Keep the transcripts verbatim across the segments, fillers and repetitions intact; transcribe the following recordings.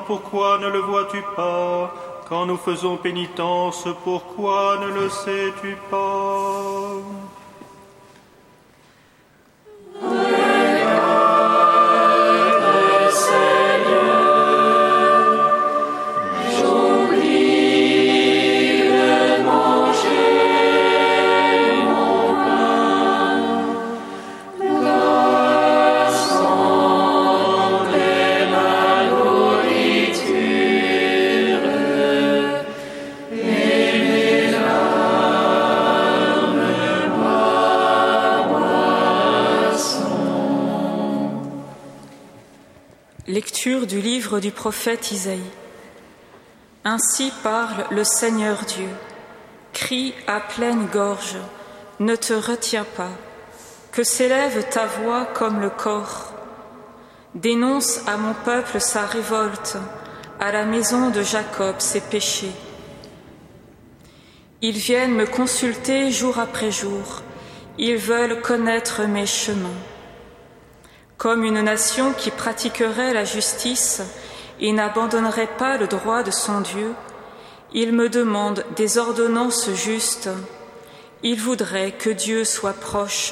pourquoi ne le vois-tu pas? Quand nous faisons pénitence, pourquoi ne le sais-tu pas? Lecture du livre du prophète Isaïe. Ainsi parle le Seigneur Dieu. Crie à pleine gorge, ne te retiens pas, que s'élève ta voix comme le cor. Dénonce à mon peuple sa révolte, à la maison de Jacob ses péchés. Ils viennent me consulter jour après jour, ils veulent connaître mes chemins. Comme une nation qui pratiquerait la justice et n'abandonnerait pas le droit de son Dieu, ils me demandent des ordonnances justes. Ils voudraient que Dieu soit proche.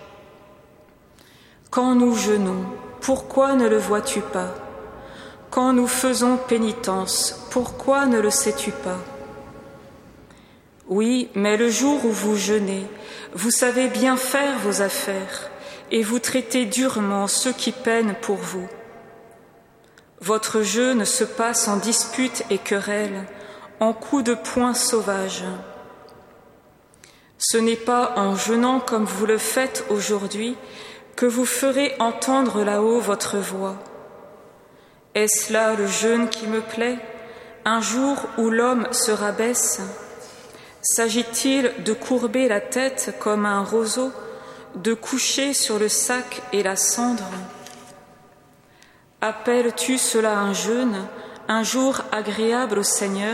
Quand nous jeûnons, pourquoi ne le vois-tu pas? Quand nous faisons pénitence, pourquoi ne le sais-tu pas? Oui, mais le jour où vous jeûnez, vous savez bien faire vos affaires, et vous traitez durement ceux qui peinent pour vous. Votre jeûne se passe en disputes et querelles, en coups de poing sauvages. Ce n'est pas en jeûnant comme vous le faites aujourd'hui que vous ferez entendre là-haut votre voix. Est-ce là le jeûne qui me plaît, un jour où l'homme se rabaisse? S'agit-il de courber la tête comme un roseau, de coucher sur le sac et la cendre? Appelles-tu cela un jeûne, un jour agréable au Seigneur?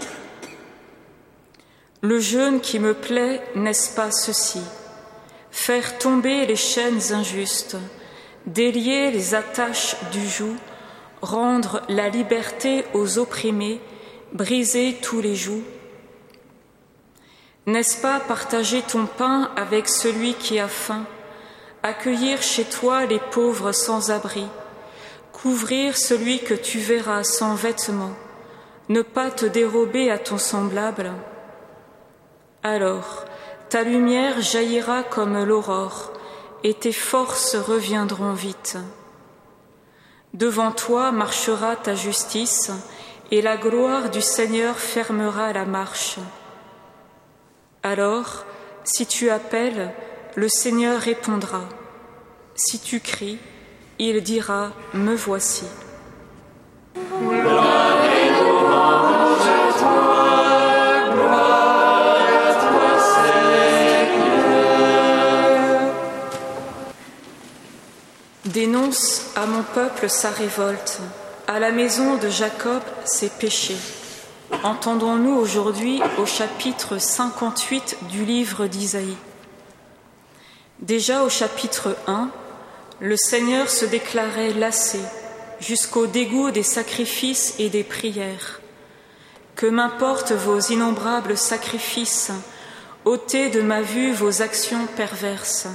Le jeûne qui me plaît, n'est-ce pas ceci? Faire tomber les chaînes injustes, délier les attaches du joug, rendre la liberté aux opprimés, briser tous les jougs. N'est-ce pas partager ton pain avec celui qui a faim, accueillir chez toi les pauvres sans abri, couvrir celui que tu verras sans vêtements, ne pas te dérober à ton semblable? Alors, ta lumière jaillira comme l'aurore, et tes forces reviendront vite. Devant toi marchera ta justice, et la gloire du Seigneur fermera la marche. Alors, si tu appelles, le Seigneur répondra. Si tu cries, il dira, me voici. Gloire et louange à toi, gloire à toi, Seigneur. Dénonce à mon peuple sa révolte, à la maison de Jacob ses péchés. Entendons-nous aujourd'hui au chapitre cinquante-huit du livre d'Isaïe. Déjà au chapitre un, le Seigneur se déclarait lassé jusqu'au dégoût des sacrifices et des prières. Que m'importent vos innombrables sacrifices, ôtez de ma vue vos actions perverses.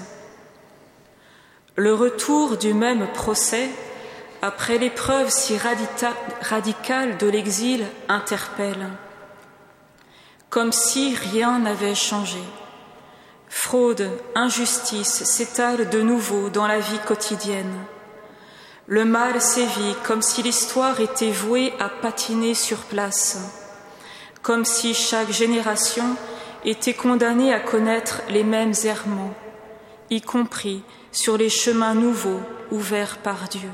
Le retour du même procès, après l'épreuve si radita- radicale de l'exil, interpelle. Comme si rien n'avait changé. Fraude, injustice s'étalent de nouveau dans la vie quotidienne. Le mal sévit comme si l'histoire était vouée à patiner sur place, comme si chaque génération était condamnée à connaître les mêmes errements, y compris sur les chemins nouveaux ouverts par Dieu.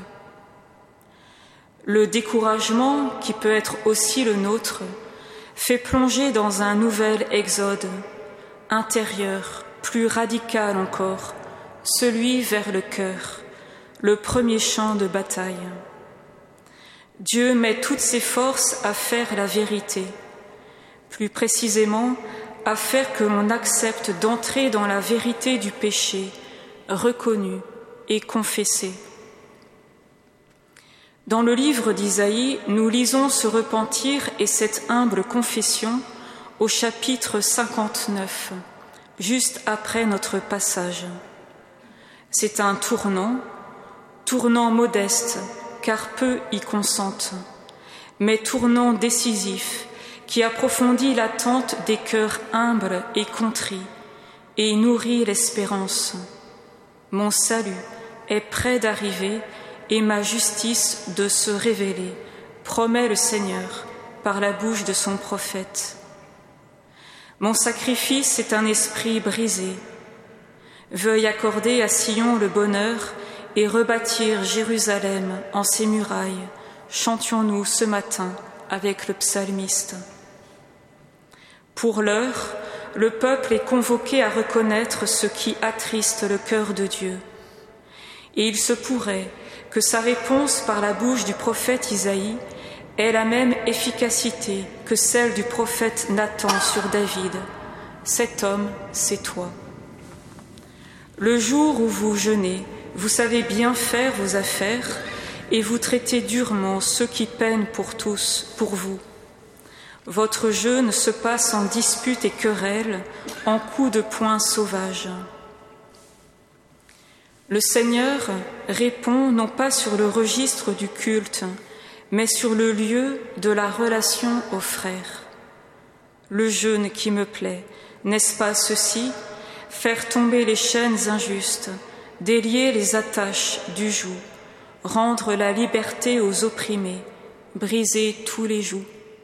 Le découragement, qui peut être aussi le nôtre, fait plonger dans un nouvel exode, intérieur, plus radical encore, celui vers le cœur, le premier champ de bataille. Dieu met toutes ses forces à faire la vérité, plus précisément à faire que l'on accepte d'entrer dans la vérité du péché, reconnu et confessé. Dans le livre d'Isaïe, nous lisons ce repentir et cette humble confession au chapitre cinquante-neuf, juste après notre passage. C'est un tournant, tournant modeste, car peu y consentent, mais tournant décisif, qui approfondit l'attente des cœurs humbles et contrits, et nourrit l'espérance. Mon salut est près d'arriver, et ma justice de se révéler, promet le Seigneur par la bouche de son prophète. Mon sacrifice est un esprit brisé. Veuille accorder à Sion le bonheur et rebâtir Jérusalem en ses murailles, chantions-nous ce matin avec le psalmiste. Pour l'heure, le peuple est convoqué à reconnaître ce qui attriste le cœur de Dieu. Et il se pourrait que sa réponse par la bouche du prophète Isaïe ait la même efficacité que celle du prophète Nathan sur David. Cet homme, c'est toi. Le jour où vous jeûnez, vous savez bien faire vos affaires et vous traitez durement ceux qui peinent pour tous, pour vous. Votre jeûne se passe en disputes et querelles, en coups de poing sauvages. Le Seigneur répond non pas sur le registre du culte, mais sur le lieu de la relation aux frères. Le jeûne qui me plaît, n'est-ce pas ceci? Faire tomber les chaînes injustes, délier les attaches du joug, rendre la liberté aux opprimés, briser tous les jougs.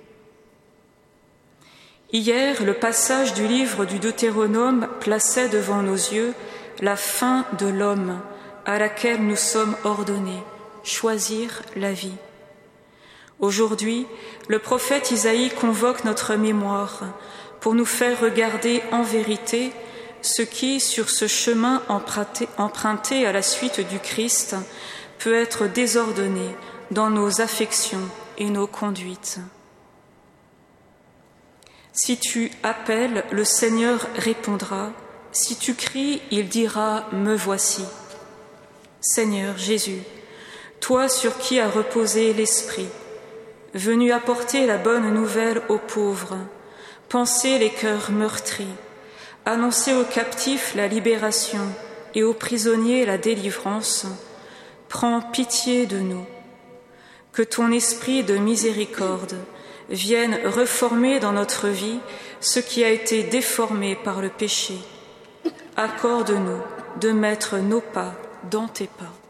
Hier, le passage du livre du Deutéronome plaçait devant nos yeux la fin de l'homme à laquelle nous sommes ordonnés, choisir la vie. Aujourd'hui, le prophète Isaïe convoque notre mémoire pour nous faire regarder en vérité ce qui, sur ce chemin emprunté, emprunté à la suite du Christ, peut être désordonné dans nos affections et nos conduites. Si tu appelles, le Seigneur répondra. Si tu cries, il dira « Me voici ». Seigneur Jésus, toi sur qui a reposé l'Esprit, venu apporter la bonne nouvelle aux pauvres, panser les cœurs meurtris, annoncer aux captifs la libération et aux prisonniers la délivrance, prends pitié de nous. Que ton esprit de miséricorde vienne reformer dans notre vie ce qui a été déformé par le péché. Accorde-nous de mettre nos pas dans tes pas.